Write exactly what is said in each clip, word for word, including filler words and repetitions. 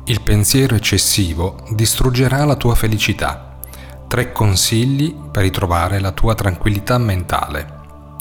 Il pensiero eccessivo distruggerà la tua felicità. Tre consigli per ritrovare la tua tranquillità mentale.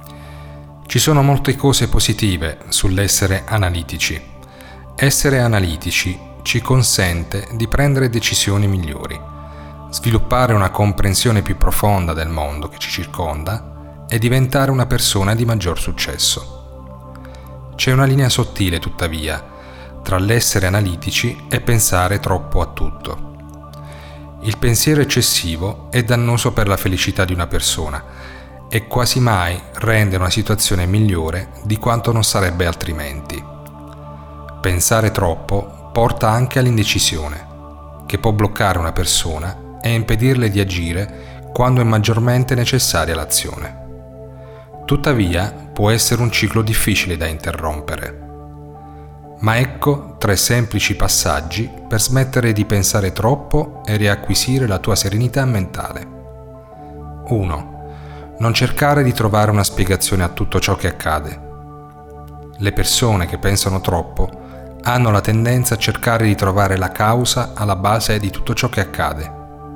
Ci sono molte cose positive sull'essere analitici. Essere analitici ci consente di prendere decisioni migliori, sviluppare una comprensione più profonda del mondo che ci circonda e diventare una persona di maggior successo. C'è una linea sottile, tuttavia, tra l'essere analitici e pensare troppo a tutto. Il pensiero eccessivo è dannoso per la felicità di una persona e quasi mai rende una situazione migliore di quanto non sarebbe altrimenti. Pensare troppo porta anche all'indecisione, che può bloccare una persona e impedirle di agire quando è maggiormente necessaria l'azione. Tuttavia, può essere un ciclo difficile da interrompere. Ma ecco tre semplici passaggi per smettere di pensare troppo e riacquisire la tua serenità mentale. uno. Non cercare di trovare una spiegazione a tutto ciò che accade. Le persone che pensano troppo hanno la tendenza a cercare di trovare la causa alla base di tutto ciò che accade.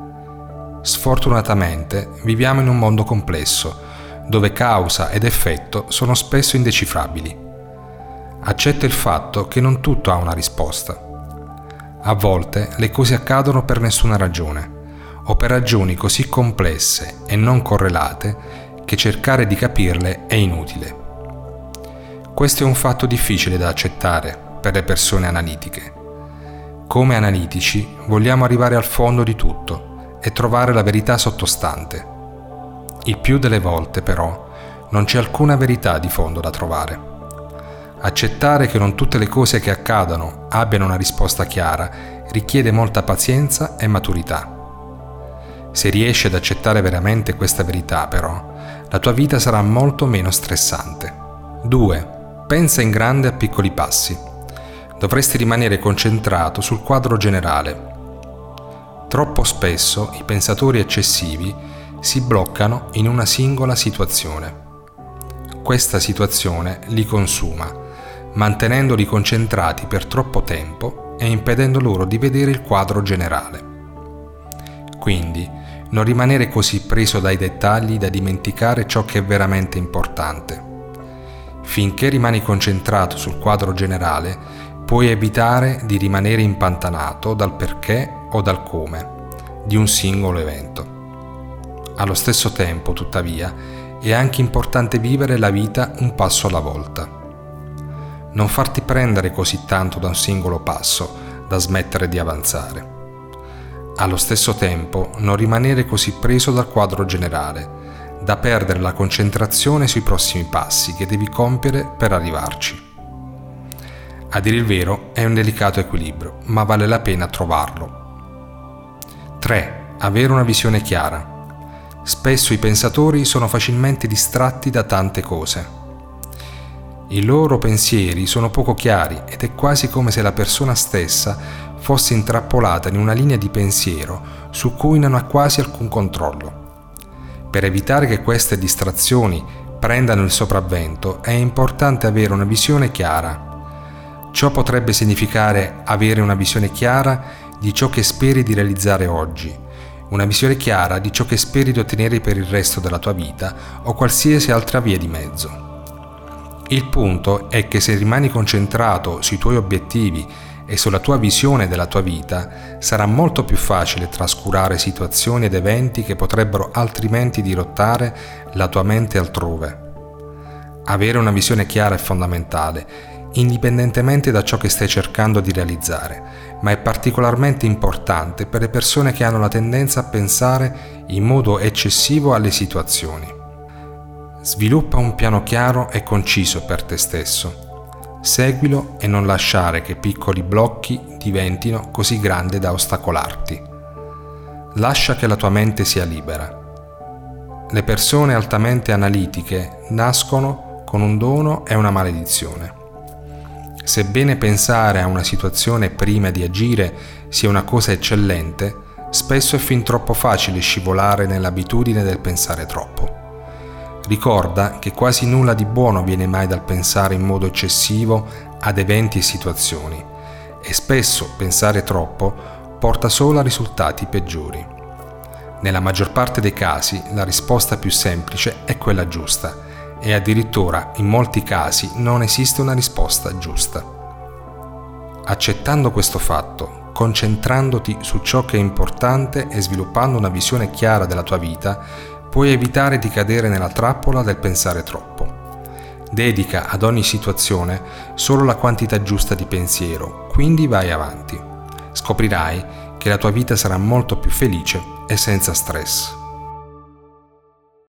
Sfortunatamente viviamo in un mondo complesso, dove causa ed effetto sono spesso indecifrabili. Accetta il fatto che non tutto ha una risposta. A volte le cose accadono per nessuna ragione, o per ragioni così complesse e non correlate che cercare di capirle è inutile. Questo è un fatto difficile da accettare per le persone analitiche. Come analitici vogliamo arrivare al fondo di tutto e trovare la verità sottostante. Il più delle volte, però, non c'è alcuna verità di fondo da trovare. Accettare che non tutte le cose che accadono abbiano una risposta chiara richiede molta pazienza e maturità. Se riesci ad accettare veramente questa verità, però, la tua vita sarà molto meno stressante. due. Pensa in grande a piccoli passi. Dovresti rimanere concentrato sul quadro generale. Troppo spesso i pensatori eccessivi si bloccano in una singola situazione. Questa situazione li consuma, mantenendoli concentrati per troppo tempo e impedendo loro di vedere il quadro generale. Quindi, non rimanere così preso dai dettagli da dimenticare ciò che è veramente importante. Finché rimani concentrato sul quadro generale, puoi evitare di rimanere impantanato dal perché o dal come di un singolo evento. Allo stesso tempo, tuttavia, è anche importante vivere la vita un passo alla volta. Non farti prendere così tanto da un singolo passo da smettere di avanzare. Allo stesso tempo, non rimanere così preso dal quadro generale da perdere la concentrazione sui prossimi passi che devi compiere per arrivarci. A dire il vero, è un delicato equilibrio, ma vale la pena trovarlo. tre. Avere una visione chiara. Spesso i pensatori sono facilmente distratti da tante cose. I loro pensieri sono poco chiari ed è quasi come se la persona stessa fosse intrappolata in una linea di pensiero su cui non ha quasi alcun controllo. Per evitare che queste distrazioni prendano il sopravvento è importante avere una visione chiara. Ciò potrebbe significare avere una visione chiara di ciò che speri di realizzare oggi, una visione chiara di ciò che speri di ottenere per il resto della tua vita o qualsiasi altra via di mezzo. Il punto è che se rimani concentrato sui tuoi obiettivi e sulla tua visione della tua vita, sarà molto più facile trascurare situazioni ed eventi che potrebbero altrimenti dirottare la tua mente altrove. Avere una visione chiara è fondamentale, indipendentemente da ciò che stai cercando di realizzare, ma è particolarmente importante per le persone che hanno la tendenza a pensare in modo eccessivo alle situazioni. Sviluppa un piano chiaro e conciso per te stesso. Seguilo e non lasciare che piccoli blocchi diventino così grandi da ostacolarti. Lascia che la tua mente sia libera. Le persone altamente analitiche nascono con un dono e una maledizione. Sebbene pensare a una situazione prima di agire sia una cosa eccellente, spesso è fin troppo facile scivolare nell'abitudine del pensare troppo. Ricorda che quasi nulla di buono viene mai dal pensare in modo eccessivo ad eventi e situazioni, e spesso pensare troppo porta solo a risultati peggiori. Nella maggior parte dei casi la risposta più semplice è quella giusta e addirittura in molti casi non esiste una risposta giusta. Accettando questo fatto, concentrandoti su ciò che è importante e sviluppando una visione chiara della tua vita, puoi evitare di cadere nella trappola del pensare troppo. Dedica ad ogni situazione solo la quantità giusta di pensiero, quindi vai avanti. Scoprirai che la tua vita sarà molto più felice e senza stress.